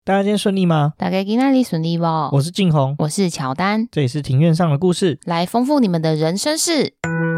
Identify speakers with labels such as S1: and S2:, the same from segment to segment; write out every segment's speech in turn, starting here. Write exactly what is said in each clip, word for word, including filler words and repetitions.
S1: 大家今天顺利吗？
S2: 大家今天里顺利不？
S1: 我是静宏，
S2: 我是乔丹，
S1: 这里是庭院上的故事，
S2: 来丰富你们的人生事。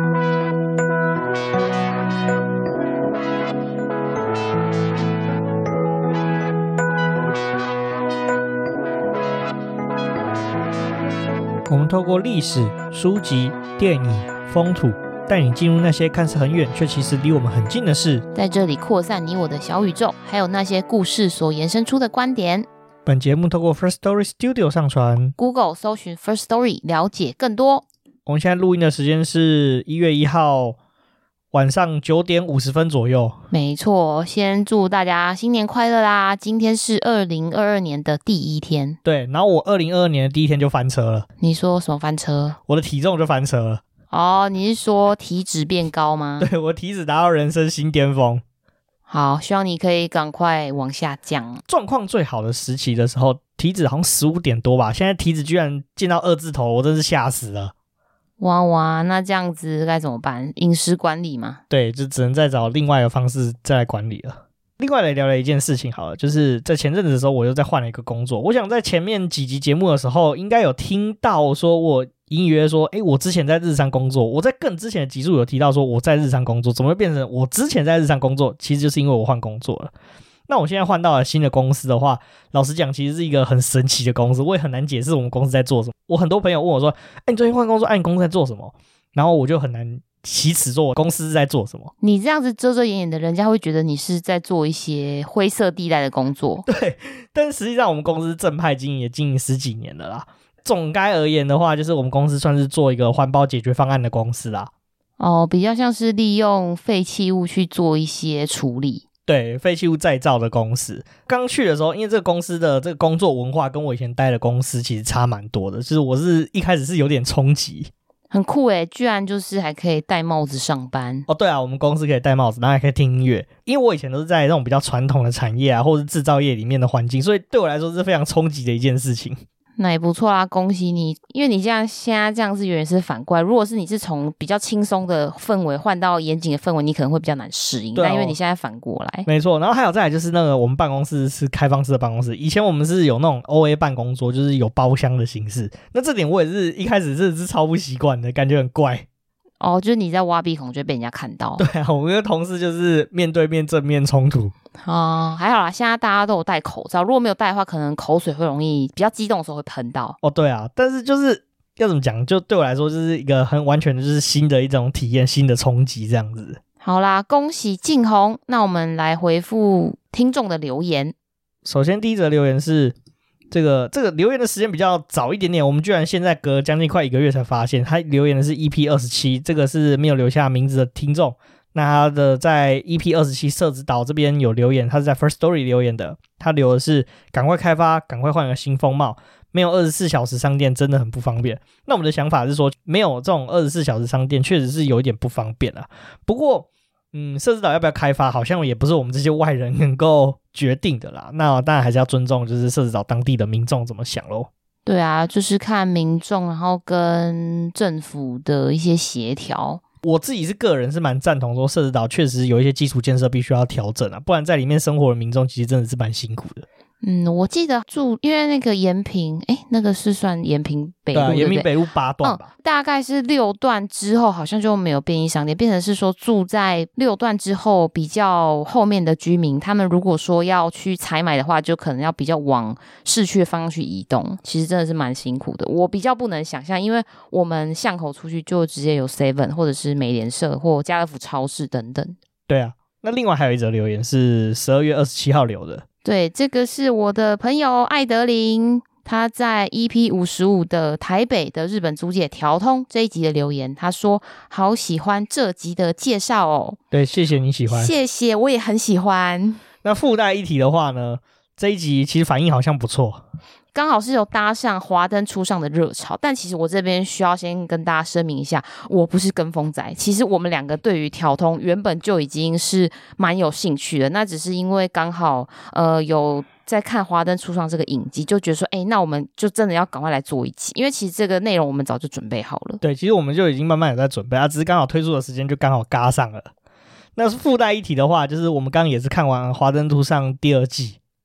S1: 我们透过历史、书籍、电影、风土，带你进入那些看似很远却其实离我们很近的事，
S2: 在这里扩散你我的小宇宙，还有那些故事所延伸出的观点。
S1: 本节目透过 First Story Studio 上传，
S2: Google 搜寻 First Story 了解更多。
S1: 我们现在录音的时间是一月一号晚上九点五十分左右。
S2: 没错，先祝大家新年快乐啦！今天是二零二二年的第一天。
S1: 对，然后我二零二二年的第一天就翻车了。
S2: 你说什么翻车？
S1: 我的体重就翻车了。
S2: 哦，你是说体脂变高吗？
S1: 对，我体脂达到人生新巅峰。
S2: 好，希望你可以赶快往下降。
S1: 状况最好的时期的时候，体脂好像十五点多吧，现在体脂居然进到二字头，我真是吓死了。
S2: 哇哇，那这样子该怎么办？饮食管理吗？
S1: 对，就只能再找另外一个方式再来管理了。另外来聊聊一件事情好了，就是在前阵子的时候，我又再换了一个工作。我想在前面几集节目的时候，应该有听到说我隐约说，诶，我之前在日商工作，我在更之前的集数有提到说我在日商工作，怎么会变成我之前在日商工作？其实就是因为我换工作了。那我现在换到了新的公司的话，老实讲其实是一个很神奇的公司，我也很难解释我们公司在做什么。我很多朋友问我说，诶，你最近换工作，哎、啊，你公司在做什么？然后我就很难启齿说我公司是在做什么。
S2: 你这样子遮遮掩掩的，人家会觉得你是在做一些灰色地带的工作。
S1: 对，但是实际上我们公司正派经营也经营十几年了啦。总该而言的话，就是我们公司算是做一个环保解决方案的公司啦。
S2: 哦，比较像是利用废弃物去做一些处理。
S1: 对，废弃物再造的公司。刚去的时候，因为这个公司的这个工作文化跟我以前待的公司其实差蛮多的，就是我是一开始是有点冲击。
S2: 很酷耶，居然就是还可以戴帽子上班。
S1: 哦，对啊，我们公司可以戴帽子，然后还可以听音乐。因为我以前都是在那种比较传统的产业啊，或者是制造业里面的环境，所以对我来说是非常冲击的一件事情。
S2: 那也不错啦，恭喜你！因为你这样现在这样是有点是反过来，如果是你是从比较轻松的氛围换到严谨的氛围，你可能会比较难适应。但因为你现在反过来，
S1: 没错。然后还有再来就是那个我们办公室是开放式的办公室，以前我们是有那种 O A 办公桌，就是有包厢的形式。那这点我也是一开始真的是超不习惯的，感觉很怪。
S2: 哦，就是你在挖鼻孔就会被人家看到。
S1: 对啊，我们的同事就是面对面正面冲突。
S2: 哦，还好啦，现在大家都有戴口罩，如果没有戴的话，可能口水会容易比较激动的时候会喷到。
S1: 哦，对啊，但是就是要怎么讲，就对我来说就是一个很完全的就是新的一种体验，新的冲击这样子。
S2: 好啦，恭喜静宏。那我们来回复听众的留言。
S1: 首先第一则留言是这个这个留言的时间比较早一点点，我们居然现在隔将近快一个月才发现，他留言的是 E P 二十七，这个是没有留下名字的听众。那他的在 E P 二十七社子岛这边有留言，他是在 First Story 留言的，他留的是赶快开发，赶快换个新风貌，没有二十四小时商店真的很不方便。那我们的想法是说，没有这种二十四小时商店确实是有一点不方便啦。不过嗯，社子岛要不要开发好像也不是我们这些外人能够决定的啦，那当然还是要尊重就是社子岛当地的民众怎么想咯。
S2: 对啊，就是看民众然后跟政府的一些协调。
S1: 我自己是个人是蛮赞同说社子岛确实有一些基础建设必须要调整啊，不然在里面生活的民众其实真的是蛮辛苦的。
S2: 嗯，我记得住，因为那个延平，诶，那个是算延平北路，对啊，
S1: 延平北路八段吧、
S2: 嗯，大概是六段之后，好像就没有便利商店，变成是说住在六段之后比较后面的居民，他们如果说要去采买的话，就可能要比较往市区的方向去移动，其实真的是蛮辛苦的。我比较不能想象，因为我们巷口出去就直接有 seven 或者是美联社或家乐福超市等等。
S1: 对啊，那另外还有一则留言是十二月二十七号留的。
S2: 对，这个是我的朋友艾德林，他在 E P 五十五 的台北的日本租界调通这一集的留言，他说好喜欢这集的介绍哦。
S1: 对，谢谢你喜欢。
S2: 谢谢，我也很喜欢。
S1: 那附带一提的话呢，这一集其实反应好像不错，
S2: 刚好是有搭上华灯初上的热潮，但其实我这边需要先跟大家声明一下，我不是跟风仔，其实我们两个对于调通原本就已经是蛮有兴趣的，那只是因为刚好呃有在看华灯初上这个影集，就觉得说哎，那我们就真的要赶快来做一集，因为其实这个内容我们早就准备好了。
S1: 对，其实我们就已经慢慢有在准备啊，只是刚好推出的时间就刚好嘎上了。那附带一提的话，就是我们刚刚也是看完华灯初上第二季，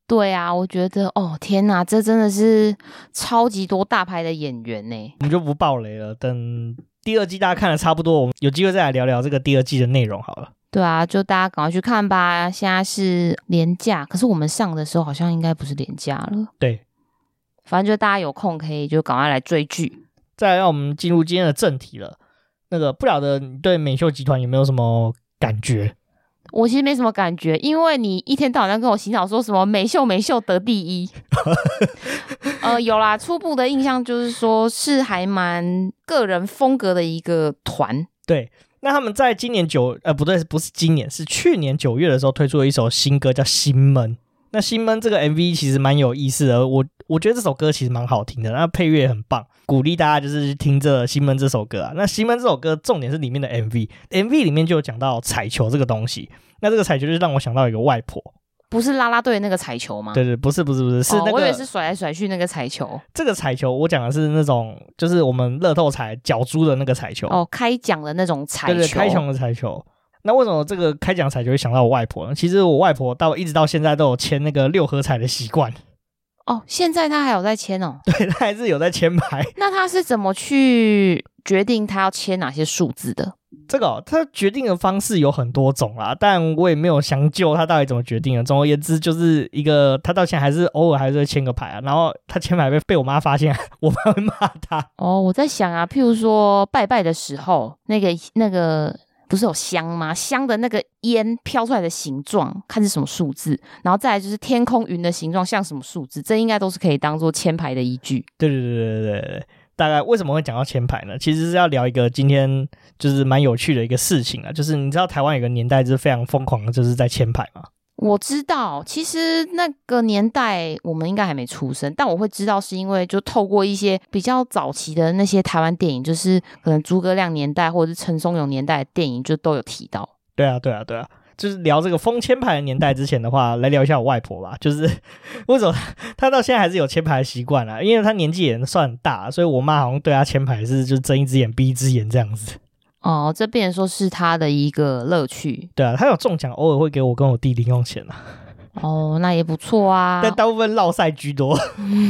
S2: 对啊，我觉得哦天哪，这真的是超级多大牌的演员呢。
S1: 我们就不爆雷了，等第二季大家看的差不多，我们有机会再来聊聊这个第二季的内容好了。
S2: 对啊，就大家赶快去看吧。现在是连假，可是我们上的时候好像应该不是连假了。
S1: 对，
S2: 反正就大家有空可以就赶快来追剧。
S1: 再来让我们进入今天的正题了。那个不晓得你对美秀集团有没有什么感觉？
S2: 我其实没什么感觉，因为你一天到晚跟我洗脑说什么美秀美秀得第一。呃，有啦，初步的印象就是说是还蛮个人风格的一个团。
S1: 对。那他们在今年九呃不对，不是今年，是去年九月的时候推出了一首新歌叫《心闷》。那《心闷》这个 M V 其实蛮有意思的，我我觉得这首歌其实蛮好听的，那配乐也很棒，鼓励大家就是去听这《心闷》这首歌啊。那《心闷》这首歌重点是里面的 M V，M V 里面就有讲到彩球这个东西。那这个彩球就让我想到一个外婆。
S2: 不是啦啦队那个彩球吗？
S1: 对对，不是不是不是，是那个、
S2: 哦、我以为是甩来甩去那个彩球。
S1: 这个彩球我讲的是那种，就是我们乐透彩角珠的那个彩球。
S2: 哦，开奖的那种彩球。
S1: 对对，开奖的彩球。那为什么这个开奖彩球会想到我外婆呢？其实我外婆到一直到现在都有签那个六合彩的习惯。
S2: 哦，现在她还有在签哦？
S1: 对，她还是有在签牌。
S2: 那她是怎么去决定她要签哪些数字的？
S1: 这个、哦、他决定的方式有很多种啦，但我也没有详究他到底怎么决定的。总而言之，就是一个他到现在还是偶尔还是会签个牌啊，然后他签牌被被我妈发现，我妈会骂他。
S2: 哦，我在想啊，譬如说拜拜的时候，那个那个不是有香吗？香的那个烟飘出来的形状，看是什么数字，然后再来就是天空云的形状像什么数字，这应该都是可以当做签牌的依据。
S1: 对对对对对对。大概为什么会讲到签牌呢？其实是要聊一个今天就是蛮有趣的一个事情啊，就是你知道台湾有个年代就是非常疯狂的，就是在签牌吗？
S2: 我知道，其实那个年代我们应该还没出生，但我会知道是因为就透过一些比较早期的那些台湾电影，就是可能诸葛亮年代或者是陈松勇年代的电影就都有提到。
S1: 对啊对啊对啊，就是聊这个封签牌的年代之前的话，来聊一下我外婆吧。就是为什么她到现在还是有签牌的习惯啊？因为她年纪也算很大，所以我妈好像对她签牌是就睁一只眼闭一只眼这样子。
S2: 哦，这变成说是她的一个乐趣。
S1: 对啊，她有中奖偶尔会给我跟我弟零用钱啊。
S2: 哦，那也不错啊。
S1: 但大部分落赛居多。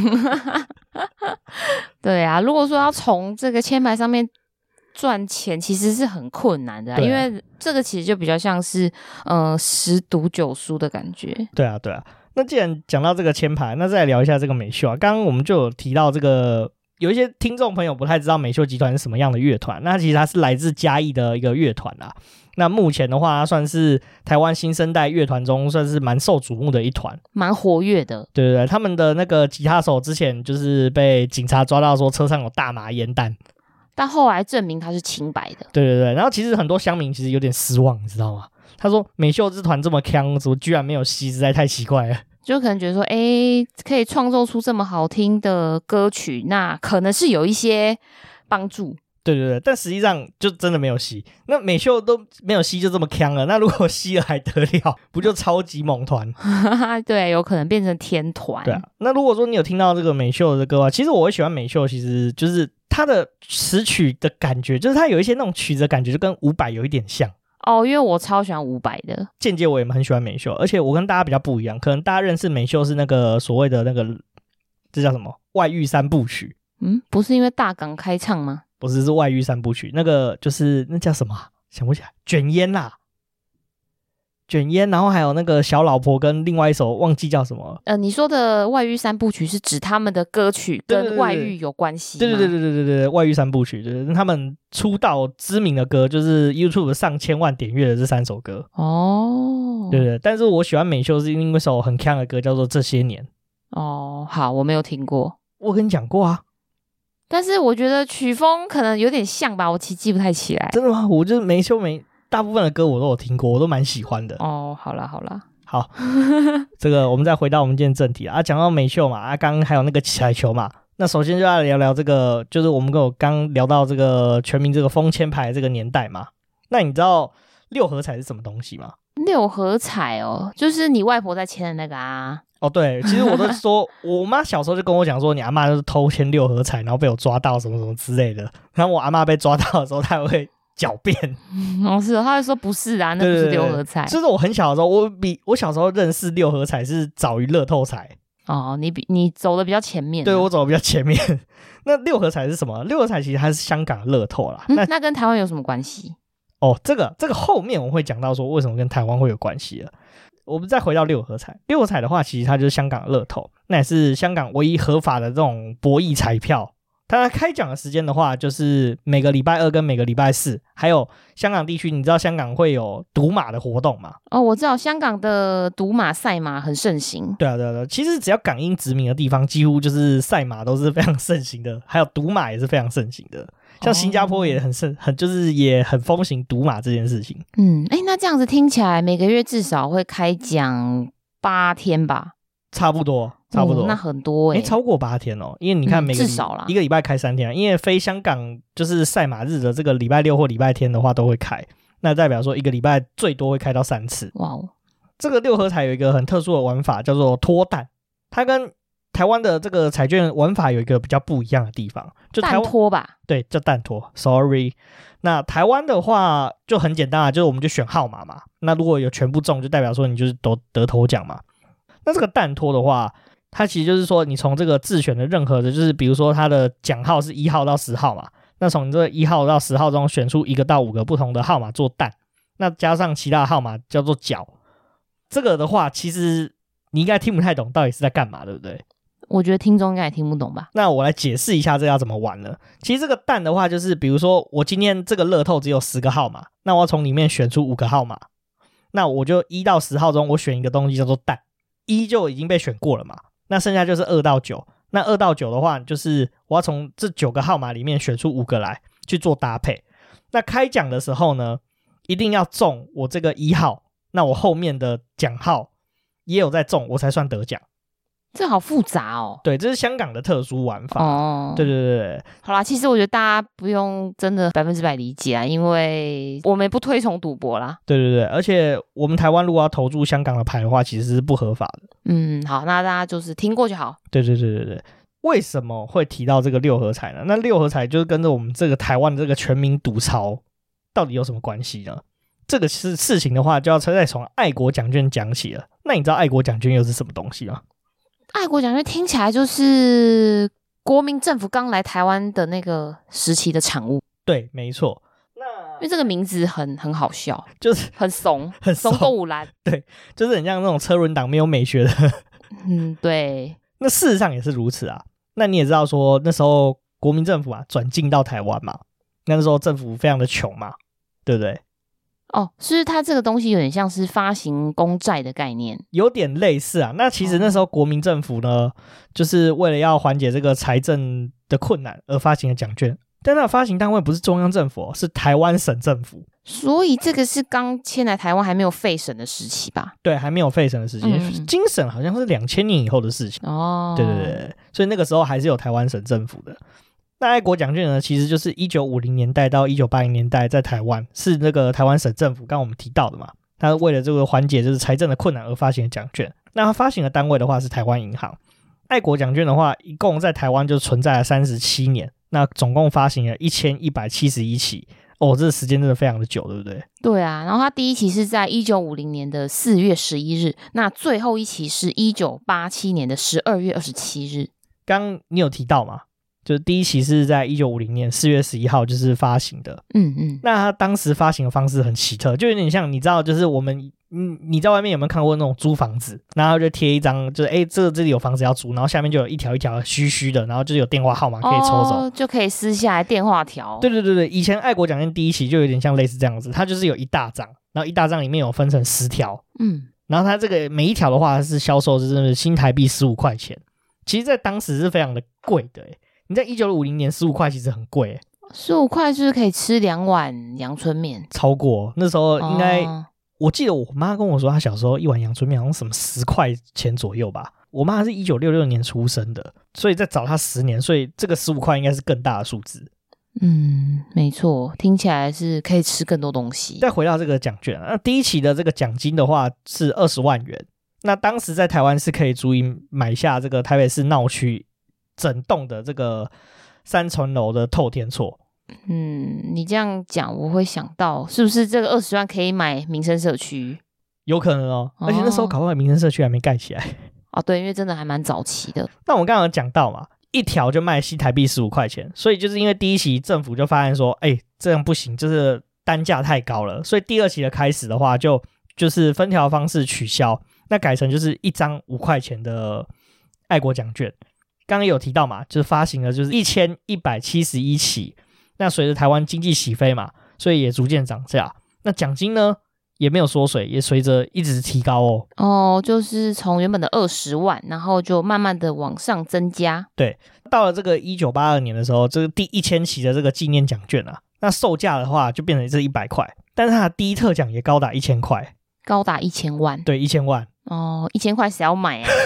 S2: 对啊，如果说要从这个签牌上面赚钱其实是很困难的、啊啊、因为这个其实就比较像是呃十赌九输的感觉。
S1: 对啊对啊，那既然讲到这个签牌，那再来聊一下这个美秀啊。刚刚我们就有提到这个，有一些听众朋友不太知道美秀集团是什么样的乐团，那其实它是来自嘉义的一个乐团啦。那目前的话，它算是台湾新生代乐团中算是蛮受瞩目的一团，
S2: 蛮活跃的。
S1: 对对对，他们的那个吉他手之前就是被警察抓到说车上有大麻烟弹，
S2: 但后来证明他是清白的。
S1: 对对对，然后其实很多乡民其实有点失望，你知道吗？他说美秀之团这么强，怎么居然没有吸，实在太奇怪了。
S2: 就可能觉得说，哎，可以创作出这么好听的歌曲，那可能是有一些帮助。
S1: 对对对，但实际上就真的没有吸。那美秀都没有吸就这么强了，那如果吸了还得了？不就超级猛团？
S2: 对，有可能变成天团。
S1: 对啊，那如果说你有听到这个美秀的歌啊，其实我会喜欢美秀，其实就是它的词曲的感觉，就是它有一些那种曲子的感觉，就跟伍佰有一点像。
S2: 哦，因为我超喜欢伍佰的，
S1: 间接我也很喜欢美秀，而且我跟大家比较不一样，可能大家认识美秀是那个所谓的那个这叫什么外遇三部曲。
S2: 嗯，不是因为大港开唱吗？
S1: 不是，是外遇三部曲，那个就是那叫什么、啊、想不起来，卷烟啦，卷烟，然后还有那个小老婆跟另外一首忘记叫什么。
S2: 呃，你说的外遇三部曲是指他们的歌曲跟外遇有关系吗？
S1: 对对对对对对对，外遇三部曲就是他们出道知名的歌，就是 YouTube 上千万点阅的这三首歌。
S2: 哦，
S1: 对对，但是我喜欢美秀是因为一首很强的歌，叫做《这些年》。
S2: 哦，好，我没有听过。
S1: 我跟你讲过啊。
S2: 但是我觉得曲风可能有点像吧，我其实记不太起来。
S1: 真的吗？我就是美秀美大部分的歌我都有听过，我都蛮喜欢的。
S2: 哦，好啦好啦，
S1: 好，这个我们再回到我们今天正题啊，讲到美秀嘛，啊，刚刚还有那个彩球嘛，那首先就要聊聊这个，就是我们跟我刚聊到这个全民这个封签牌这个年代嘛。那你知道六合彩是什么东西吗？
S2: 六合彩哦，就是你外婆在签的那个啊。
S1: 哦，对，其实我都说，我妈小时候就跟我讲说，你阿嬷就是偷签六合彩，然后被我抓到什么什么之类的。然后我阿嬷被抓到的时候，她会狡辩。
S2: 哦，是哦，他就说不是啊，那不是六合彩。
S1: 就是我很小的时候，我比我小时候认识六合彩是早于乐透彩。
S2: 哦，你比你走的比较前面、啊。
S1: 对，我走的比较前面。那六合彩是什么？六合彩其实它是香港的乐透啦、
S2: 嗯、
S1: 那
S2: 那跟台湾有什么关系？
S1: 哦，这个这个后面我会讲到说为什么跟台湾会有关系了。我们再回到六合彩，六合彩的话，其实它就是香港的乐透，那也是香港唯一合法的这种博弈彩票。它开奖的时间的话，就是每个礼拜二跟每个礼拜四，还有香港地区，你知道香港会有赌马的活动吗？
S2: 哦，我知道香港的赌马赛马很盛行。
S1: 对啊，对啊，对啊，其实只要港英殖民的地方，几乎就是赛马都是非常盛行的，还有赌马也是非常盛行的。像新加坡也很盛，很就是也很风行赌马这件事情。
S2: 嗯，哎，那这样子听起来，每个月至少会开奖八天吧？
S1: 差不多，差不多，
S2: 哦、那很多哎、欸，
S1: 超过八天哦。因为你看每个、嗯、
S2: 至少啦，
S1: 一个礼拜开三天、啊，因为非香港就是赛马日的这个礼拜六或礼拜天的话都会开，那代表说一个礼拜最多会开到三次。
S2: 哇哦，
S1: 这个六合彩有一个很特殊的玩法，叫做脱蛋，它跟台湾的这个彩券玩法有一个比较不一样的地方，就台湾
S2: 蛋脱吧？
S1: 对，叫蛋脱 ，sorry。那台湾的话就很简单啊，就是我们就选号码嘛。那如果有全部中，就代表说你就是得得头奖嘛。那这个蛋脱的话，它其实就是说你从这个自选的任何的，就是比如说它的奖号是一号到十号嘛，那从这个一号到十号中选出一个到五个不同的号码做蛋，那加上其他的号码叫做角。这个的话，其实你应该听不太懂到底是在干嘛，对不对？
S2: 我觉得听众应该也听不懂吧。
S1: 那我来解释一下这要怎么玩了。其实这个蛋的话，就是比如说我今天这个乐透只有十个号码，那我要从里面选出五个号码，那我就一到十号中我选一个东西叫做蛋，一就已经被选过了嘛，那剩下就是二到九。那二到九的话，就是我要从这九个号码里面选出五个来去做搭配。那开奖的时候呢，一定要中我这个一号，那我后面的奖号也有在中，我才算得奖。
S2: 这好复杂哦。
S1: 对，这是香港的特殊玩法。哦，对对对对。
S2: 好啦，其实我觉得大家不用真的百分之百理解啊，因为我们也不推崇赌博啦。
S1: 对对对，而且我们台湾如果要投注香港的牌的话，其实是不合法的。
S2: 嗯，好，那大家就是听过就好。
S1: 对对对对对。为什么会提到这个六合彩呢？那六合彩就是跟着我们这个台湾的这个全民赌潮到底有什么关系呢？这个是事情的话，就要再从爱国奖券讲起了。那你知道爱国奖券又是什么东西吗？
S2: 爱国奖券听起来就是国民政府刚来台湾的那个时期的产物。
S1: 对，没错。那
S2: 因为这个名字很很好笑，
S1: 就是
S2: 很怂，
S1: 很
S2: 怂够五兰。
S1: 对，就是很像那种车轮党没有美学的。
S2: 嗯，对。
S1: 那事实上也是如此啊。那你也知道说，那时候国民政府啊转进到台湾嘛，那时候政府非常的穷嘛，对不对？
S2: 哦，是它这个东西有点像是发行公债的概念，
S1: 有点类似啊。那其实那时候国民政府呢，哦、就是为了要缓解这个财政的困难而发行的奖券，但它的发行单位不是中央政府、哦，是台湾省政府。
S2: 所以这个是刚迁来台湾还没有废省的时期吧？
S1: 对，还没有废省的时期，嗯、京省好像是两千年以后的事情。
S2: 哦，
S1: 对对对，所以那个时候还是有台湾省政府的。那爱国奖券呢，其实就是一九五零年代到一九八零年代在台湾是那个台湾省政府，刚刚我们提到的嘛，它为了这个缓解就是财政的困难而发行的奖券。那它发行的单位的话是台湾银行。爱国奖券的话，一共在台湾就存在了三十七年，那总共发行了一千一百七十一期。哦，这个时间真的非常的久，对不对？
S2: 对啊，然后它第一期是在一九五零年的四月十一日，那最后一期是一九八七年的十二月二十七日。
S1: 刚你有提到吗？就是第一期是在一九五零年四月十一号就是发行的。
S2: 嗯嗯。
S1: 那它当时发行的方式很奇特，就有点像你知道，就是我们嗯你在外面有没有看过那种租房子，然后就贴一张，就是哎这这里有房子要租，然后下面就有一条一条虚虚的，然后就是有电话号码可以抽走，
S2: 哦、就可以撕下来电话条。
S1: 对对对对，以前爱国奖券第一期就有点像类似这样子，它就是有一大张，然后一大张里面有分成十条，
S2: 嗯，
S1: 然后它这个每一条的话是销售是新台币十五块钱，其实在当时是非常的贵的。你在一九五零年十五块其实很贵耶，
S2: 十五块是不是可以吃两碗阳春面？
S1: 超过那时候应该、
S2: 哦、
S1: 我记得我妈跟我说她小时候一碗阳春面好像什么十块钱左右吧。我妈是一九六六年出生的，所以再早她十年，所以这个十五块应该是更大的数字。
S2: 嗯，没错，听起来是可以吃更多东西。
S1: 再回到这个奖券，那第一期的这个奖金的话是二十万元，那当时在台湾是可以足以买下这个台北市闹区整栋的这个三层楼的透天厝。
S2: 嗯，你这样讲我会想到是不是这个二十万可以买民生社区？
S1: 有可能哦，而且那时候搞不好民生社区还没盖起来
S2: 哦，对，因为真的还蛮早期的。
S1: 那我们刚刚有讲到嘛，一条就卖新台币十五块钱，所以就是因为第一期政府就发现说，哎，这样不行，就是单价太高了，所以第二期的开始的话就就是分条方式取消，那改成就是一张五块钱的爱国奖券。刚刚有提到嘛，就是发行了就是一千一百七十一期，那随着台湾经济起飞嘛，所以也逐渐涨价。那奖金呢也没有缩水，也随着一直提高哦。
S2: 哦，就是从原本的二十万，然后就慢慢的往上增加。
S1: 对，到了这个一九八二年的时候，这个第一千期的这个纪念奖券啊，那售价的话就变成是一百块，但是它的第一特奖也高达一千块，
S2: 高达一千万。
S1: 对，一千万。
S2: 哦，一千块谁要买啊？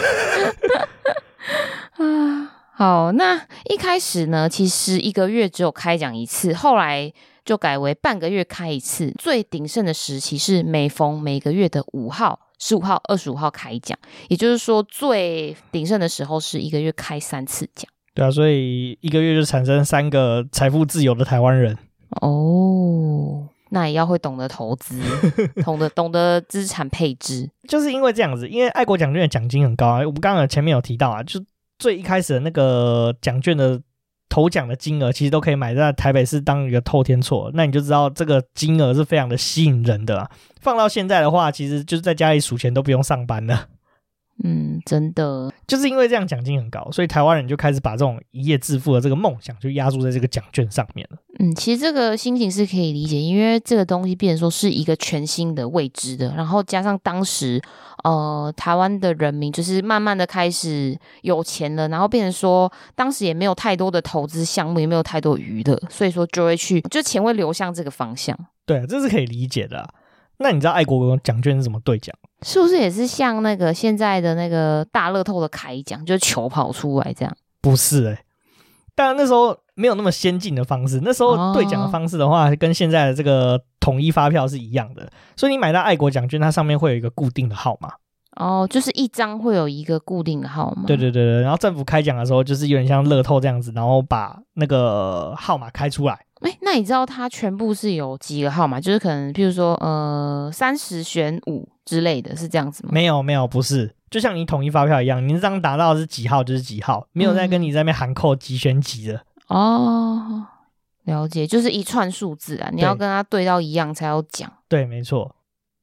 S2: 啊，好，那一开始呢，其实一个月只有开奖一次，后来就改为半个月开一次。最鼎盛的时期是每逢每个月的五号、十五号、二十五号开奖，也就是说最鼎盛的时候是一个月开三次奖。
S1: 对啊，所以一个月就产生三个财富自由的台湾人。
S2: 哦，那也要会懂得投资，懂得懂得资产配置。
S1: 就是因为这样子，因为爱国奖券的奖金很高啊，我们刚刚前面有提到啊，就最一开始的那个奖券的头奖的金额其实都可以买在台北市当一个透天厝，那你就知道这个金额是非常的吸引人的啊。放到现在的话，其实就是在家里数钱都不用上班了。
S2: 嗯，真的，
S1: 就是因为这样奖金很高，所以台湾人就开始把这种一夜致富的这个梦想就压注在这个奖券上面了。
S2: 嗯，其实这个心情是可以理解，因为这个东西变成说是一个全新的未知的，然后加上当时呃台湾的人民就是慢慢的开始有钱了，然后变成说当时也没有太多的投资项目，也没有太多娱乐，所以说就会去就钱会流向这个方向。
S1: 对啊，这是可以理解的啊。那你知道爱国奖券是怎么兑奖？
S2: 是不是也是像那个现在的那个大乐透的开奖，就是球跑出来这样？
S1: 不是欸，当然那时候没有那么先进的方式，那时候兑奖的方式的话，跟现在的这个统一发票是一样的，所以你买到爱国奖券，它上面会有一个固定的号码。
S2: 哦，就是一张会有一个固定的号码。
S1: 对对对对，然后政府开奖的时候，就是有点像乐透这样子，然后把那个号码开出来。
S2: 哎，那你知道它全部是有几个号码？就是可能，譬如说，呃，三十选五之类的，是这样子吗？
S1: 没有没有，不是，就像你统一发票一样，你这张拿到的是几号就是几号，没有在跟你在那边含扣几选几的。
S2: 嗯、哦，了解，就是一串数字啊，你要跟它对到一样才有奖。
S1: 对，没错。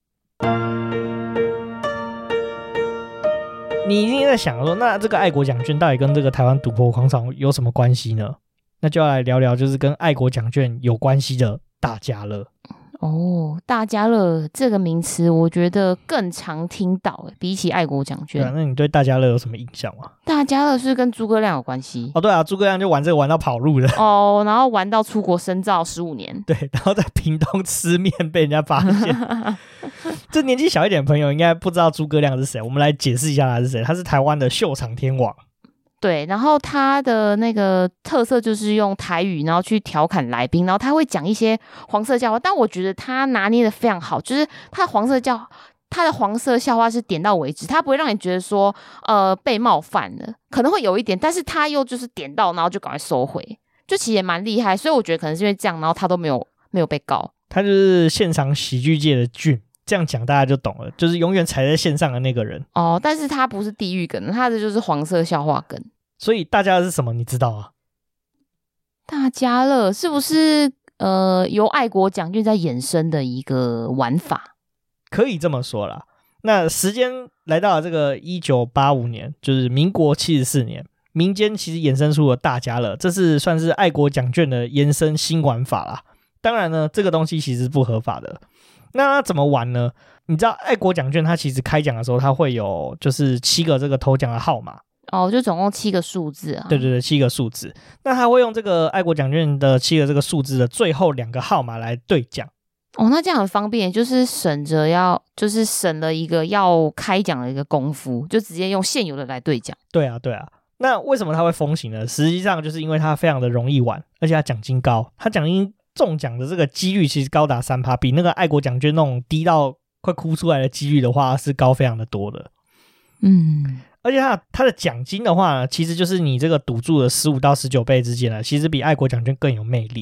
S1: 你一定在想说，那这个爱国奖券到底跟这个台湾赌博狂潮有什么关系呢？那就要来聊聊就是跟爱国奖券有关系的大家乐。
S2: 哦，大家乐这个名词我觉得更常听到，比起爱国奖券。
S1: 对啊，那你对大家乐有什么印象吗？
S2: 大家乐是跟诸葛亮有关系。
S1: 哦，对啊，诸葛亮就玩这个玩到跑路了。
S2: 哦，然后玩到出国深造十五年。
S1: 对，然后在屏东吃面被人家发现。这年纪小一点的朋友应该不知道诸葛亮是谁，我们来解释一下他是谁。他是台湾的秀场天王。
S2: 对，然后他的那个特色就是用台语，然后去调侃来宾，然后他会讲一些黄色笑话，但我觉得他拿捏的非常好，就是他的黄色笑，他的黄色笑话是点到为止，他不会让你觉得说呃被冒犯了，可能会有一点，但是他又就是点到，然后就赶快收回，就其实也蛮厉害，所以我觉得可能是因为这样，然后他都没有没有被告，
S1: 他就是现场喜剧界的俊。这样讲大家就懂了，就是永远踩在线上的那个人
S2: 哦。但是他不是地狱梗，他的就是黄色笑话梗。
S1: 所以大家乐是什么？你知道啊？
S2: 大家乐是不是呃由爱国奖券在衍生的一个玩法？
S1: 可以这么说啦。那时间来到了这个一九八五年，就是民国七十四年，民间其实衍生出了大家乐，这是算是爱国奖券的延伸新玩法啦。当然呢，这个东西其实是不合法的。那它怎么玩呢？你知道爱国奖券它其实开奖的时候它会有就是七个这个头奖的号码
S2: 哦，就总共七个数字啊。
S1: 对对对，七个数字。那它会用这个爱国奖券的七个这个数字的最后两个号码来对奖。
S2: 哦，那这样很方便，就是省着要就是省了一个要开奖的一个功夫，就直接用现有的来对奖。
S1: 对啊对啊。那为什么它会风行呢？实际上就是因为它非常的容易玩，而且它奖金高，它奖金中奖的这个几率其实高达 百分之三， 比那个爱国奖券那种低到快哭出来的几率的话是高非常的多的。
S2: 嗯，
S1: 而且它它的奖金的话呢，其实就是你这个赌注的十五到十九倍之间了，其实比爱国奖券更有魅力啦，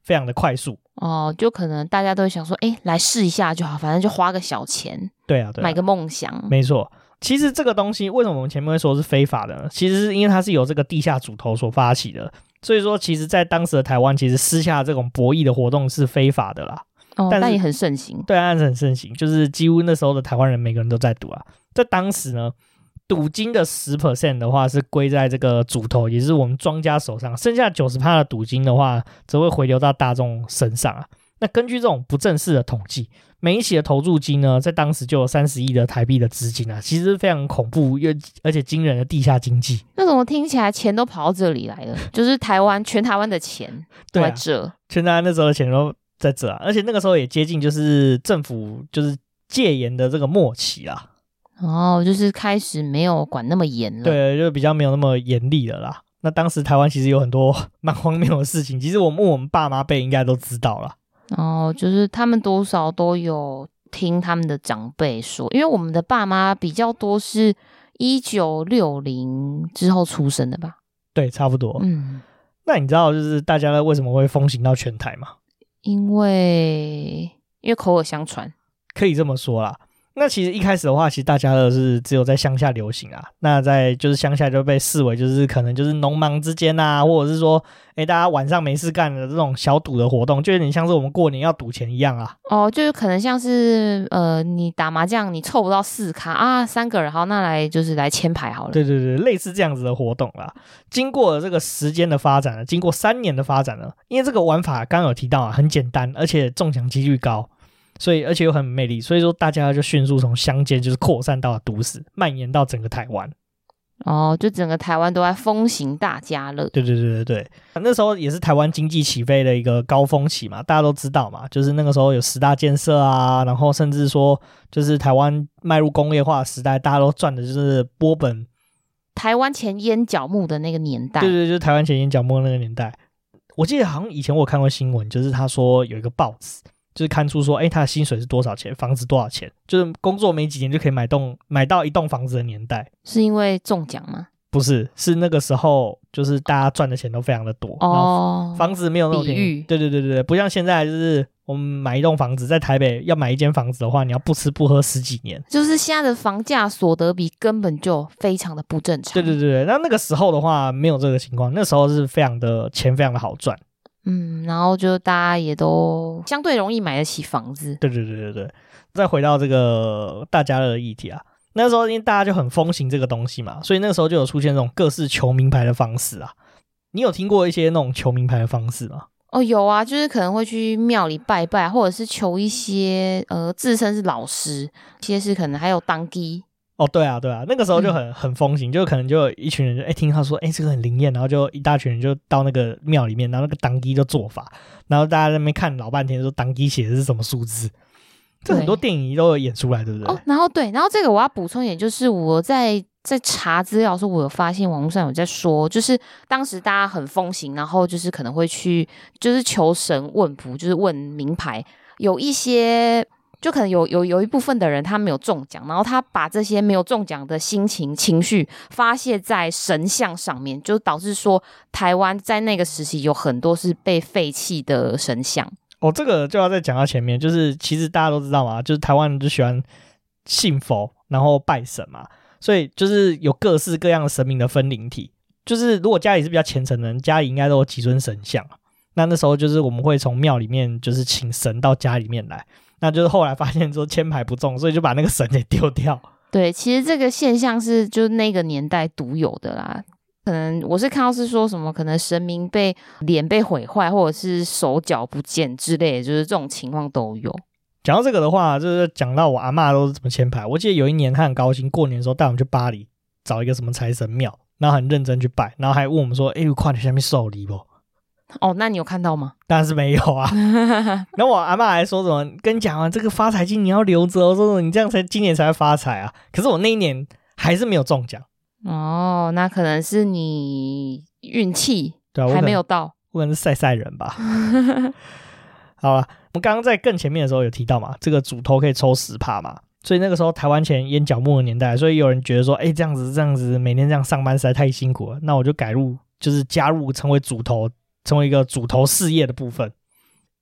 S1: 非常的快速。
S2: 哦，就可能大家都会想说，哎，来试一下就好，反正就花个小钱，
S1: 对啊，对啊，
S2: 买个梦想。
S1: 没错。其实这个东西为什么我们前面会说是非法的呢？其实是因为它是由这个地下主头所发起的，所以说其实在当时的台湾，其实私下这种博弈的活动是非法的啦。
S2: 哦，但, 但也很盛行。
S1: 对，但是很盛行，就是几乎那时候的台湾人每个人都在赌啊。在当时呢，赌金的 百分之十 的话是归在这个主头，也就是我们庄家手上，剩下 百分之九十 的赌金的话则会回流到大众身上啊。那根据这种不正式的统计，每一期的投注金呢，在当时就有三十亿的台币的资金啊，其实非常恐怖又而且惊人的地下经济。
S2: 那怎么听起来钱都跑到这里来了？就是台湾全台湾的钱都在这，
S1: 啊、全台湾那时候的钱都在这啊，而且那个时候也接近就是政府就是戒严的这个末期啦。
S2: 哦，就是开始没有管那么严了。
S1: 对，就比较没有那么严厉了啦。那当时台湾其实有很多蛮荒谬的事情，其实我们问我们爸妈辈应该都知道啦。
S2: 哦，就是他们多少都有听他们的长辈说，因为我们的爸妈比较多是一九六零之后出生的吧？
S1: 对，差不多。
S2: 嗯，
S1: 那你知道就是大家为什么会风行到全台吗？
S2: 因为因为口耳相传，
S1: 可以这么说啦。那其实一开始的话，其实大家乐是只有在乡下流行啊。那在就是乡下就被视为就是可能就是农忙之间啊，或者是说，哎，大家晚上没事干的这种小赌的活动，就有点像是我们过年要赌钱一样啊。
S2: 哦，就是可能像是呃，你打麻将你凑不到四卡啊，三个人好，那来就是来签牌好了。
S1: 对对对，类似这样子的活动啦。经过了这个时间的发展呢，经过三年的发展呢，因为这个玩法刚刚有提到啊，很简单，而且中奖几率高。所以而且又很魅力，所以说大家就迅速从乡间就是扩散到了都市，蔓延到整个台湾。
S2: 哦，就整个台湾都在风行大家乐。
S1: 对对对对对，那时候也是台湾经济起飞的一个高峰期嘛，大家都知道嘛，就是那个时候有十大建设啊，然后甚至说就是台湾迈入工业化的时代，大家都赚的就是波本。
S2: 台湾前烟角木的那个年代。
S1: 对对，就是台湾前烟角木的那个年代。我记得好像以前我有看过新闻，就是他说有一个报纸。就是看出说，哎，他的薪水是多少钱，房子多少钱，就是工作没几年就可以买栋买到一栋房子的年代。
S2: 是因为中奖吗？
S1: 不是，是那个时候就是大家赚的钱都非常的多，哦，然后房子没有那么便宜。对对对对，不像现在就是我们买一栋房子，在台北要买一间房子的话，你要不吃不喝十几年。
S2: 就是现在的房价所得比根本就非常的不正常。
S1: 对对对对，那那个时候的话没有这个情况，那时候是非常的钱非常的好赚。
S2: 嗯，然后就大家也都相对容易买得起房子。
S1: 对对对对对，再回到这个大家乐的议题啊，那时候因为大家就很风行这个东西嘛，所以那时候就有出现这种各式求名牌的方式啊。你有听过一些那种求名牌的方式吗？
S2: 哦，有啊，就是可能会去庙里拜拜，或者是求一些呃自称是老师，一些是可能还有当机。
S1: 哦，对啊，对啊，那个时候就很、嗯、很风行，就可能就有一群人就哎听他说哎这个很灵验，然后就一大群人就到那个庙里面，然后那个当机就做法，然后大家在那边看老半天，说当机写的是什么数字，这很多电影都有演出来，对不对？
S2: 哦，然后对，然后这个我要补充一点，就是我在在查资料的时候，我有发现网络上有在说，就是当时大家很风行，然后就是可能会去就是求神问卜，就是问名牌，有一些。就可能有有有一部分的人他没有中奖，然后他把这些没有中奖的心情情绪发泄在神像上面，就导致说台湾在那个时期有很多是被废弃的神像。
S1: 哦，这个就要再讲到前面，就是其实大家都知道嘛，就是台湾人就喜欢信佛，然后拜神嘛，所以就是有各式各样的神明的分灵体。就是如果家里是比较虔诚的人，家里应该都有几尊神像。那那时候就是我们会从庙里面就是请神到家里面来。那就是后来发现说签牌不中，所以就把那个神给丢掉。
S2: 对，其实这个现象是就那个年代独有的啦。可能我是看到是说什么，可能神明被脸被毁坏，或者是手脚不见之类的，就是这种情况都有。
S1: 讲到这个的话，就是讲到我阿嬷都是怎么签牌。我记得有一年她很高兴，过年的时候带我们去巴黎找一个什么财神庙，然后很认真去拜，然后还问我们说：“哎、欸，快点下面受礼不？”
S2: 哦，那你有看到吗？
S1: 当然是没有啊。然后我阿嬷还说什么，跟你讲啊，这个发财金你要留着哦，说什么你这样才今年才会发财啊。可是我那一年还是没有中奖。
S2: 哦，那可能是你运气
S1: 对啊，
S2: 还没有到，
S1: 我可能是赛赛人吧。好了，我们刚刚在更前面的时候有提到嘛，这个主头可以抽 百分之十 嘛，所以那个时候台湾前烟角木的年代，所以有人觉得说，哎、欸，这样子这样子每天这样上班实在太辛苦了，那我就改入就是加入成为主头。成为一个主头事业的部分。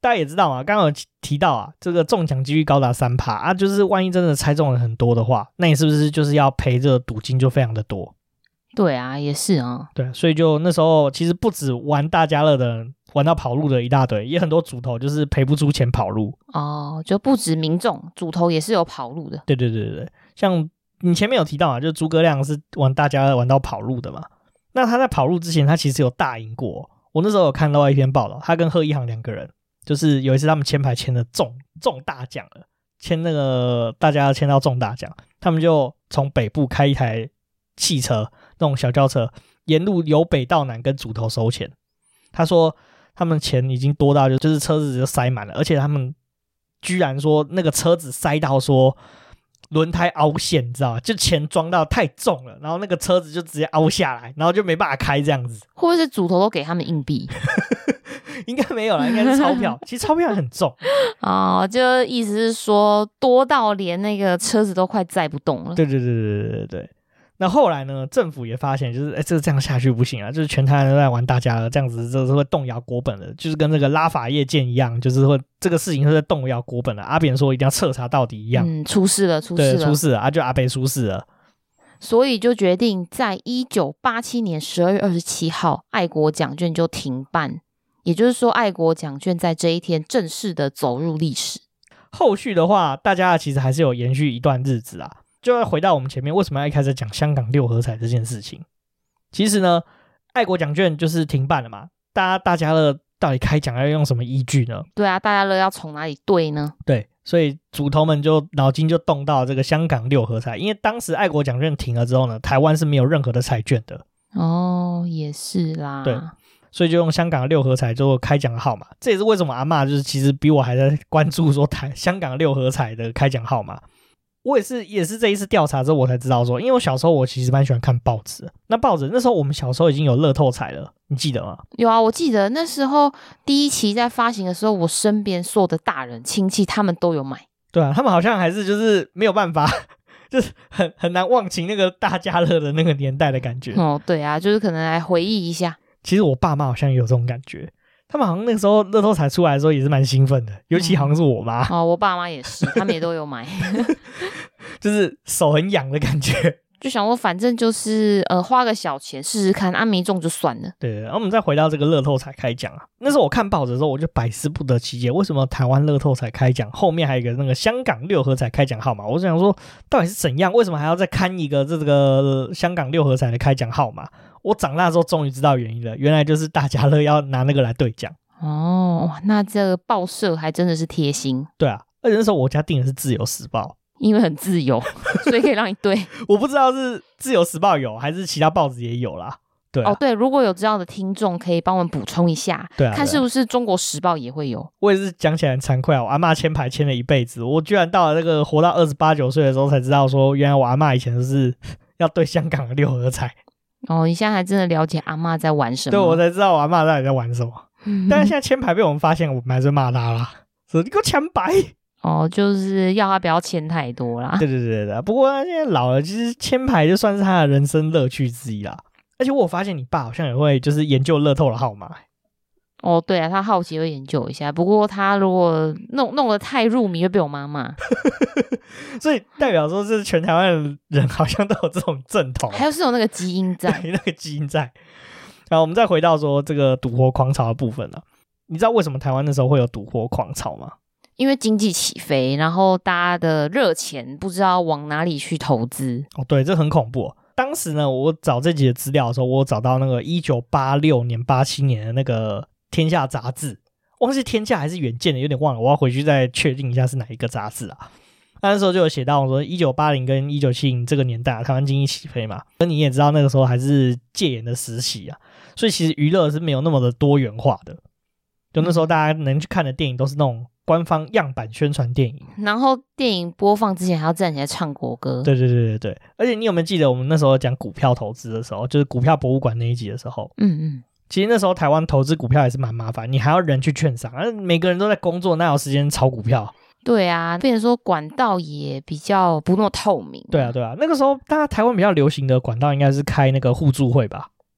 S1: 大家也知道嘛，刚刚有提到啊，这个中奖几率高达 百分之三 啊，就是万一真的猜中了很多的话，那你是不是就是要赔这个赌金就非常的多？
S2: 对啊，也是啊。
S1: 对，所以就那时候其实不止玩大家乐的人，玩到跑路的一大堆，也很多主头就是赔不出钱跑路。
S2: 哦，就不止民众，主头也是有跑路的。
S1: 对对对对，像你前面有提到嘛，就是诸葛亮是玩大家乐玩到跑路的嘛。那他在跑路之前，他其实有大赢过。我那时候有看到一篇报道，他跟贺一航两个人，就是有一次他们签牌签的中中大奖了，签那个大家签到中大奖，他们就从北部开一台汽车，那种小轿车，沿路由北到南跟主头收钱。他说他们钱已经多到就就是车子就塞满了，而且他们居然说那个车子塞到说轮胎凹陷，你知道吗？就钱装到太重了，然后那个车子就直接凹下来，然后就没办法开这样子。
S2: 会不会是主头都给他们硬币？
S1: 应该没有啦，应该是钞票。其实钞票很重
S2: 哦，就意思是说多到连那个车子都快载不动了。
S1: 对对对对对对对。那后来呢，政府也发现就是哎，这个这样下去不行啊，就是全台湾都在玩大家乐，这样子这是会动摇国本的，就是跟这个拉法叶舰一样，就是会这个事情是在动摇国本的。阿扁说一定要彻查到底一样。
S2: 嗯，出事了，出事了，
S1: 对，出事了啊，就阿北出事了。
S2: 所以就决定在一九八七年十二月二十七号，爱国奖券就停办，也就是说，爱国奖券在这一天正式的走入历史。
S1: 后续的话，大家其实还是有延续一段日子啊。就要回到我们前面，为什么要一开始讲香港六合彩这件事情？其实呢，爱国奖券就是停办了嘛。大家大家乐到底开奖要用什么依据呢？
S2: 对啊，大家乐要从哪里对呢？
S1: 对，所以主头们就脑筋就动到这个香港六合彩，因为当时爱国奖券停了之后呢，台湾是没有任何的彩券的。
S2: 哦，也是啦。
S1: 对，所以就用香港的六合彩做开奖的号码。这也是为什么阿嬷就是其实比我还在关注说台香港六合彩的开奖号码。我也是也是这一次调查之后我才知道说，因为我小时候我其实蛮喜欢看报纸的，那报纸那时候我们小时候已经有乐透彩了，你记得吗？
S2: 有啊，我记得那时候第一期在发行的时候，我身边所有的大人亲戚他们都有买。
S1: 对啊，他们好像还是就是没有办法，就是很很难忘情那个大家乐的那个年代的感觉。
S2: 哦，对啊，就是可能来回忆一下。
S1: 其实我爸妈好像也有这种感觉，他们好像那个时候乐透彩出来的时候也是蛮兴奋的，尤其好像是我妈。
S2: 嗯、哦，我爸妈也是，他们也都有买。
S1: 就是手很痒的感觉，
S2: 就想说反正就是呃花个小钱试试看，啊没中就算了。
S1: 对，然后我们再回到这个乐透彩开奖啊，那时候我看报纸的时候我就百思不得其解，为什么台湾乐透彩开奖后面还有一个那个香港六合彩开奖号码？我想说到底是怎样，为什么还要再看一个这个香港六合彩的开奖号码？我长大之后终于知道原因了，原来就是大家乐要拿那个来兑奖。
S2: 哦，那这个报社还真的是贴心。
S1: 对啊，而且那时候我家订的是自由时报，
S2: 因为很自由，所以可以让你对。
S1: 我不知道是自由时报有还是其他报纸也有啦。对、啊、
S2: 哦对，如果有这样的听众可以帮我们补充一下，
S1: 对啊，
S2: 看是不是中国时报也会有。
S1: 我也是讲起来很惭愧啊，我阿嬷签牌签了一辈子，我居然到了那个活到二十八九岁的时候才知道说，原来我阿嬷以前就是要对香港的六合彩。
S2: 哦，你现在还真的了解阿嬷在玩什么？
S1: 对，我才知道我阿嬷到底在玩什么。但是现在签牌被我们发现，我们还是骂他啦，说你给我签牌。
S2: 哦，就是要他不要签太多啦。
S1: 对对对对，不过他现在老了，其实签牌就算是他的人生乐趣之一啦。而且我有发现你爸好像也会就是研究乐透的号码。
S2: 哦，对啊，他好奇会研究一下，不过他如果弄弄得太入迷，会被我妈骂。
S1: 所以代表说，是全台湾的人好像都有这种正统，
S2: 还有是有那个基因在，
S1: 对，那个基因在。然后我们再回到说这个赌博狂潮的部分了、啊。你知道为什么台湾那时候会有赌博狂潮吗？
S2: 因为经济起飞，然后大家的热钱不知道往哪里去投资。
S1: 哦，对，这很恐怖、哦。当时呢，我找这集的资料的时候，我找到那个一九八六年、八七年的那个《天下》杂志，忘记《天下》还是《远见》的，有点忘了，我要回去再确定一下是哪一个杂志啊。那时候就有写到说，一九八零跟一九七零这个年代、啊，台湾经济起飞嘛，那你也知道那个时候还是戒严的时期啊，所以其实娱乐是没有那么的多元化的。就那时候大家能去看的电影都是那种官方样板宣传电影，
S2: 然后电影播放之前还要站起来唱国歌。
S1: 对对对对对，而且你有没有记得我们那时候讲股票投资的时候，就是股票博物馆那一集的时候，
S2: 嗯嗯，
S1: 其实那时候台湾投资股票也是蛮麻烦，你还要人去券商，每个人都在工作，哪有时间炒股票？
S2: 对啊，变成说管道也比较不那么透明。
S1: 对啊对啊，那个时候大家台湾比较流行的管道应该是开那个互助会吧。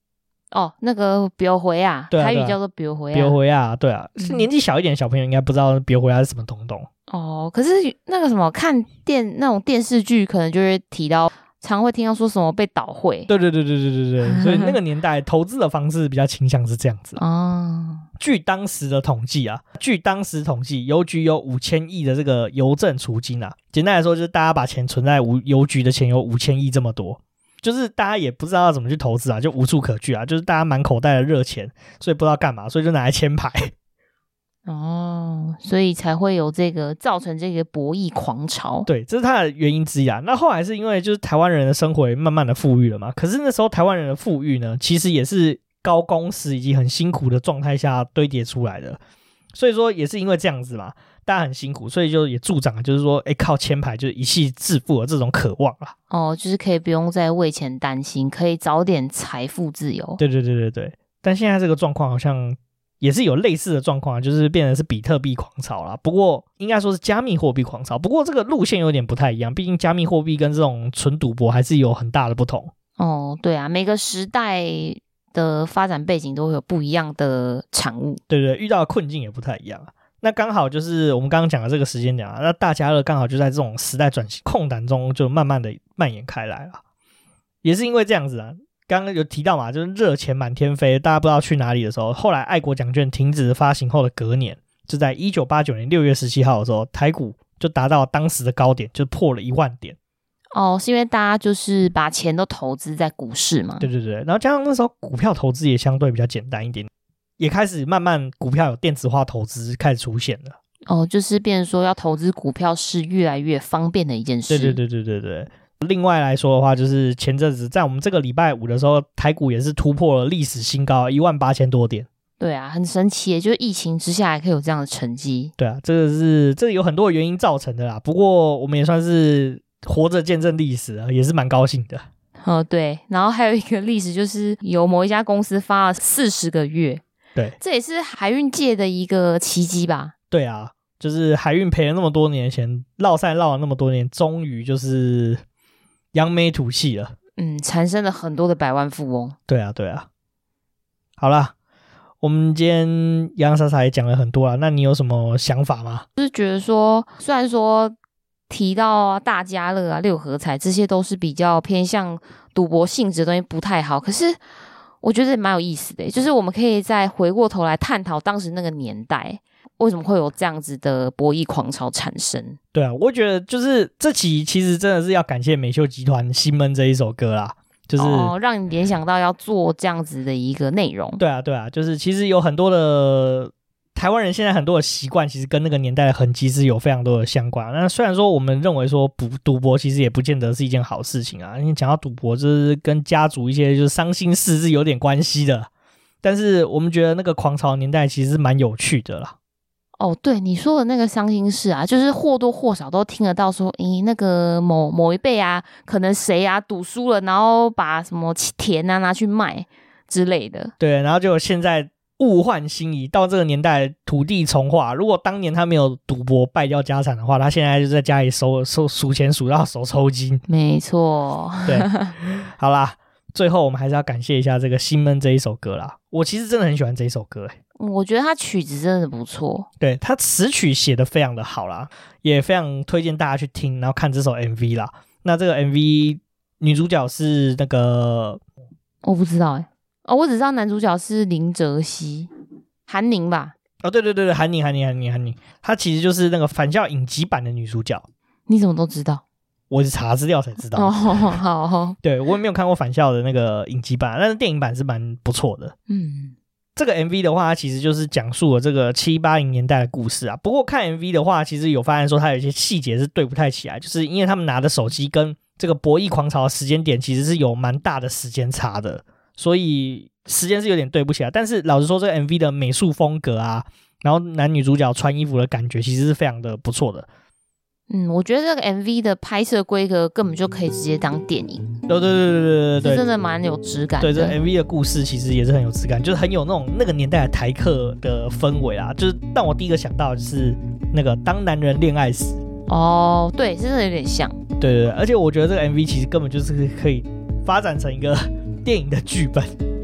S2: 哦，那个表回啊，
S1: 对啊
S2: 台语叫做表回啊，
S1: 表回啊，对啊，是年纪小一点的小朋友应该不知道表回啊是什么东东。
S2: 哦，可是那个什么看电那种电视剧，可能就会提到，常会听到说什么被倒会。
S1: 对对对对对对对，所以那个年代投资的方式比较倾向是这样子哦。据当时的统计啊，据当时统计，邮局有五千亿的这个邮政储金啊。简单来说，就是大家把钱存在邮局的钱有五千亿这么多，就是大家也不知道怎么去投资啊，就无处可去啊，就是大家满口袋的热钱，所以不知道干嘛，所以就拿来签牌。
S2: 哦，所以才会有这个造成这个博弈狂潮。
S1: 对，这是它的原因之一啊。那后来是因为就是台湾人的生活也慢慢的富裕了嘛，可是那时候台湾人的富裕呢，其实也是高工时以及很辛苦的状态下堆叠出来的，所以说也是因为这样子嘛，大家很辛苦，所以就也助长了就是说，哎，靠签牌就是一夕致富的这种渴望啦。
S2: 哦，就是可以不用再为钱担心，可以早点财富自由。
S1: 对对对对对，但现在这个状况好像也是有类似的状况，就是变成是比特币狂潮啦。不过应该说是加密货币狂潮，不过这个路线有点不太一样，毕竟加密货币跟这种纯赌博还是有很大的不同。
S2: 哦，对啊，每个时代的发展背景都会有不一样的产物。
S1: 对对，遇到的困境也不太一样啊。那刚好就是我们刚刚讲的这个时间点啊，那大家乐刚好就在这种时代转型空档中就慢慢的蔓延开来了。也是因为这样子啊，刚刚有提到嘛，就是热钱满天飞，大家不知道去哪里的时候，后来爱国奖券停止发行后的隔年，就在一九八九年六月十七号的时候，台股就达到当时的高点，就破了一万点。
S2: 哦，是因为大家就是把钱都投资在股市嘛？
S1: 对对对，然后加上那时候股票投资也相对比较简单一点，也开始慢慢股票有电子化投资开始出现了。
S2: 哦，就是变成说要投资股票是越来越方便的一件事。
S1: 对对对对对对。另外来说的话，就是前阵子在我们这个礼拜五的时候，台股也是突破了历史新高一万八千多点。
S2: 对啊，很神奇耶，就是疫情之下还可以有这样的成绩。
S1: 对啊，这个是这个有很多的原因造成的啦。不过我们也算是活着见证历史了，也是蛮高兴的。
S2: 哦，对，然后还有一个历史就是有某一家公司发了四十个月。
S1: 对，
S2: 这也是海运界的一个奇迹吧。
S1: 对啊，就是海运赔了那么多年钱，落赛落了那么多年，终于就是扬眉吐气了。
S2: 嗯，产生了很多的百万富翁。
S1: 对啊对啊。好啦，我们今天洋洋洒洒也讲了很多啦，那你有什么想法吗？
S2: 就是觉得说，虽然说提到啊大家乐啊六合彩这些都是比较偏向赌博性质的东西不太好，可是我觉得也蛮有意思的，就是我们可以再回过头来探讨当时那个年代为什么会有这样子的博弈狂潮产生。
S1: 对啊，我觉得就是这期其实真的是要感谢美秀集团新闷这一首歌啦，就是
S2: 哦，让你联想到要做这样子的一个内容。
S1: 对啊对啊，就是其实有很多的台湾人现在很多的习惯其实跟那个年代的痕迹是有非常多的相关。那虽然说我们认为说赌赌博其实也不见得是一件好事情啊，因为讲到赌博就是跟家族一些就是伤心事是有点关系的，但是我们觉得那个狂潮年代其实是蛮有趣的啦。
S2: 哦，对你说的那个伤心事啊，就是或多或少都听得到说，诶，那个某某一辈啊，可能谁啊赌输了，然后把什么田啊拿去卖之类的。
S1: 对，然后就现在物换星移，到这个年代土地重划，如果当年他没有赌博败掉家产的话，他现在就在家里收收数钱数到手抽筋。
S2: 没错。
S1: 对，好啦，最后我们还是要感谢一下这个新闷这一首歌啦，我其实真的很喜欢这一首歌诶。
S2: 我觉得他曲子真的不错，
S1: 对，他词曲写得非常的好啦，也非常推荐大家去听，然后看这首 M V 啦。那这个 M V 女主角是那个
S2: 我不知道哎、欸，哦，我只知道男主角是林哲熹，韩宁吧？
S1: 哦，对对对对，韩宁韩宁韩宁韩宁，她其实就是那个返校影集版的女主角。
S2: 你怎么都知道？
S1: 我是查资料才知道。
S2: 哦，好，
S1: 对，我也没有看过返校的那个影集版，但是电影版是蛮不错的。
S2: 嗯。
S1: 这个 M V 的话，它其实就是讲述了这个七八零年代的故事啊。不过看 M V 的话，其实有发现说它有一些细节是对不太起来，就是因为他们拿的手机跟这个博弈狂潮的时间点其实是有蛮大的时间差的，所以时间是有点对不起来。但是老实说，这个 M V 的美术风格啊，然后男女主角穿衣服的感觉，其实是非常的不错的。
S2: 嗯，我觉得这个 M V 的拍摄规格根本就可以直接当电影。
S1: 对对对对对对，
S2: 真的蛮有质感的。
S1: 对，这 M V 的故事其实也是很有质感，就是很有那种那个年代的台客的氛围啊。就是让我第一个想到的就是那个当男人恋爱时。
S2: 哦，对，真的有点像。
S1: 对对对，而且我觉得这个 M V 其实根本就是可以发展成一个电影的剧本。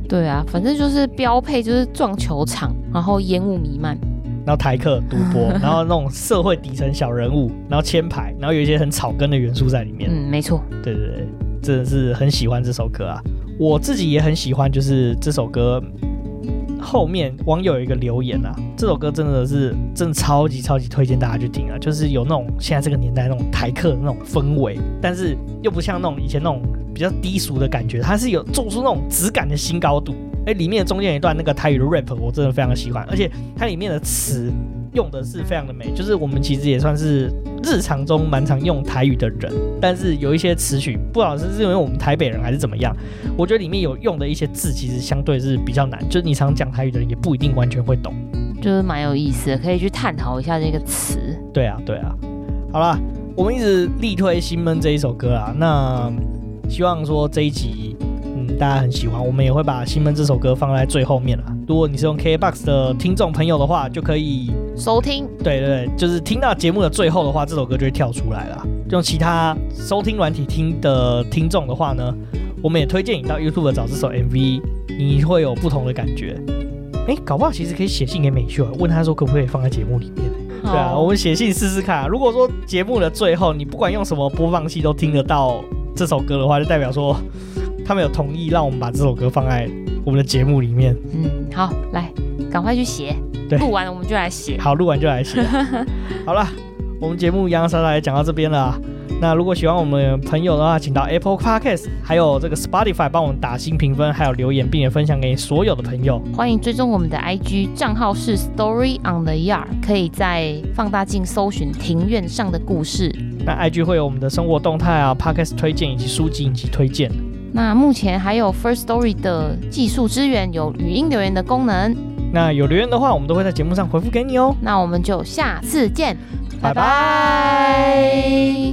S2: 对啊，反正就是标配就是撞球场，然后烟雾弥漫，
S1: 然后台客赌博，然后那种社会底层小人物，然后牵牌，然后有一些很草根的元素在里面。
S2: 嗯，没错。
S1: 对对对，真的是很喜欢这首歌啊！我自己也很喜欢，就是这首歌后面网友有一个留言啊，这首歌真的是真的超级超级推荐大家去听啊！就是有那种现在这个年代那种台客的那种氛围，但是又不像那种以前那种比较低俗的感觉，它是有做出那种质感的新高度。哎，里面的中间有一段那个台语的 rap， 我真的非常的喜欢，而且它里面的词用的是非常的美，就是我们其实也算是日常中蛮常用台语的人，但是有一些词曲不知道是因为我们台北人还是怎么样，我觉得里面有用的一些字其实相对是比较难，就是你常讲台语的人也不一定完全会懂，
S2: 就是蛮有意思的，可以去探讨一下这个词。
S1: 对啊对啊，好啦，我们一直力推新闷这一首歌啊，那希望说这一集大家很喜欢，我们也会把新闷这首歌放在最后面啦。如果你是用 K K B O X 的听众朋友的话，就可以
S2: 收听。
S1: 对对对，就是听到节目的最后的话，这首歌就会跳出来了。用其他收听软体听的听众的话呢，我们也推荐你到 YouTube 找这首 M V， 你会有不同的感觉。哎，搞不好其实可以写信给美秀，问他说可不可以放在节目里面。对啊，我们写信试试看啊。如果说节目的最后，你不管用什么播放器都听得到这首歌的话，就代表说他们有同意让我们把这首歌放在我们的节目里面。
S2: 嗯，好，来，赶快去写。录完了我们就来写。好，
S1: 录完就来写。好了，我们节目洋洋洒洒也讲到这边了啊。那如果喜欢我们的朋友的话，请到 Apple Podcast 还有这个 Spotify 帮我们打新评分，还有留言，并且分享给所有的朋友。
S2: 欢迎追踪我们的 I G 账号是 Story on the Yard， 可以在放大镜搜寻庭院上的故事。
S1: 那 I G 会有我们的生活动态啊、Podcast 推荐以及书籍以及推荐。
S2: 那目前还有 First Story 的技术支援，有语音留言的功能。
S1: 那有留言的话，我们都会在节目上回复给你哦。
S2: 那我们就下次见，
S1: 拜拜。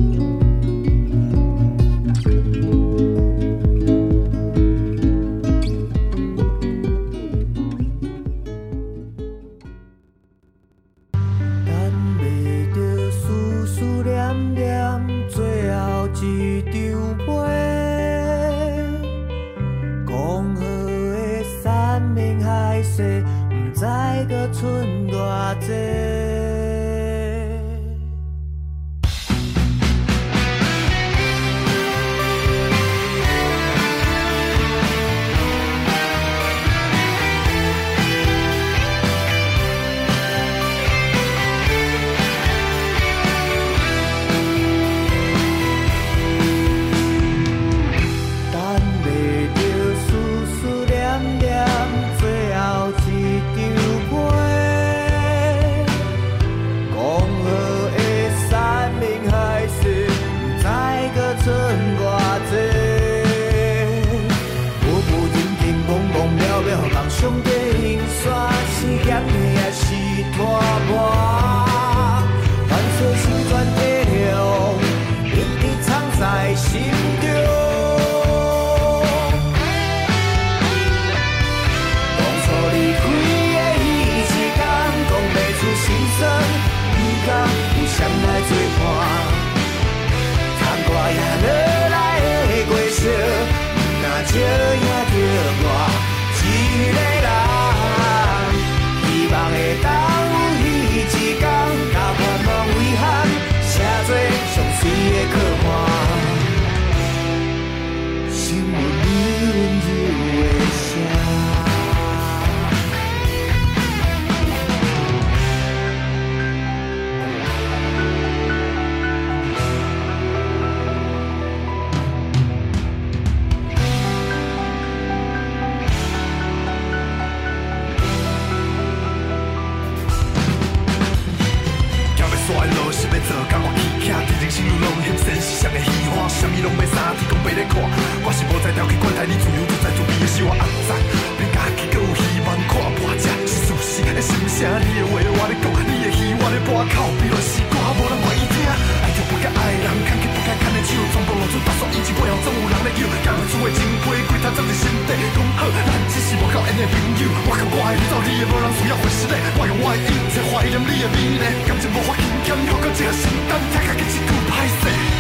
S3: 不知搁剩偌济。上帝形煞是咸的还是拖磨？凡所心转体谅，一直藏在心中。当初离开的彼一天，讲不出心酸，不敢有谁来作伴。窗外也落来的月色，若照影着我。一个人，希望会当有彼一天，甲盼望遗憾，写做上水的靠岸。心有你温柔的声。心如浪险，现实上的虚幻，什么拢袂三天讲白咧看。我是无在条去管待你自由自在，自卑的是我暗赞。别家己搁有希望看破这是事实的心声。你的话我咧讲，你的戏我咧播，靠比乱是歌无人愿意听。爱着不该爱的人，看起不该看的手，全部露出打算，以前背后总有人咧叫。讲不出的情话，几头藏在心底。讲好，咱只是无够缘的朋友。我靠我的你走，你的无人需要回事嘞。我用我的意才怀念你的美丽，感情无法轻欠，好过一个心胆，才家己一句歹势。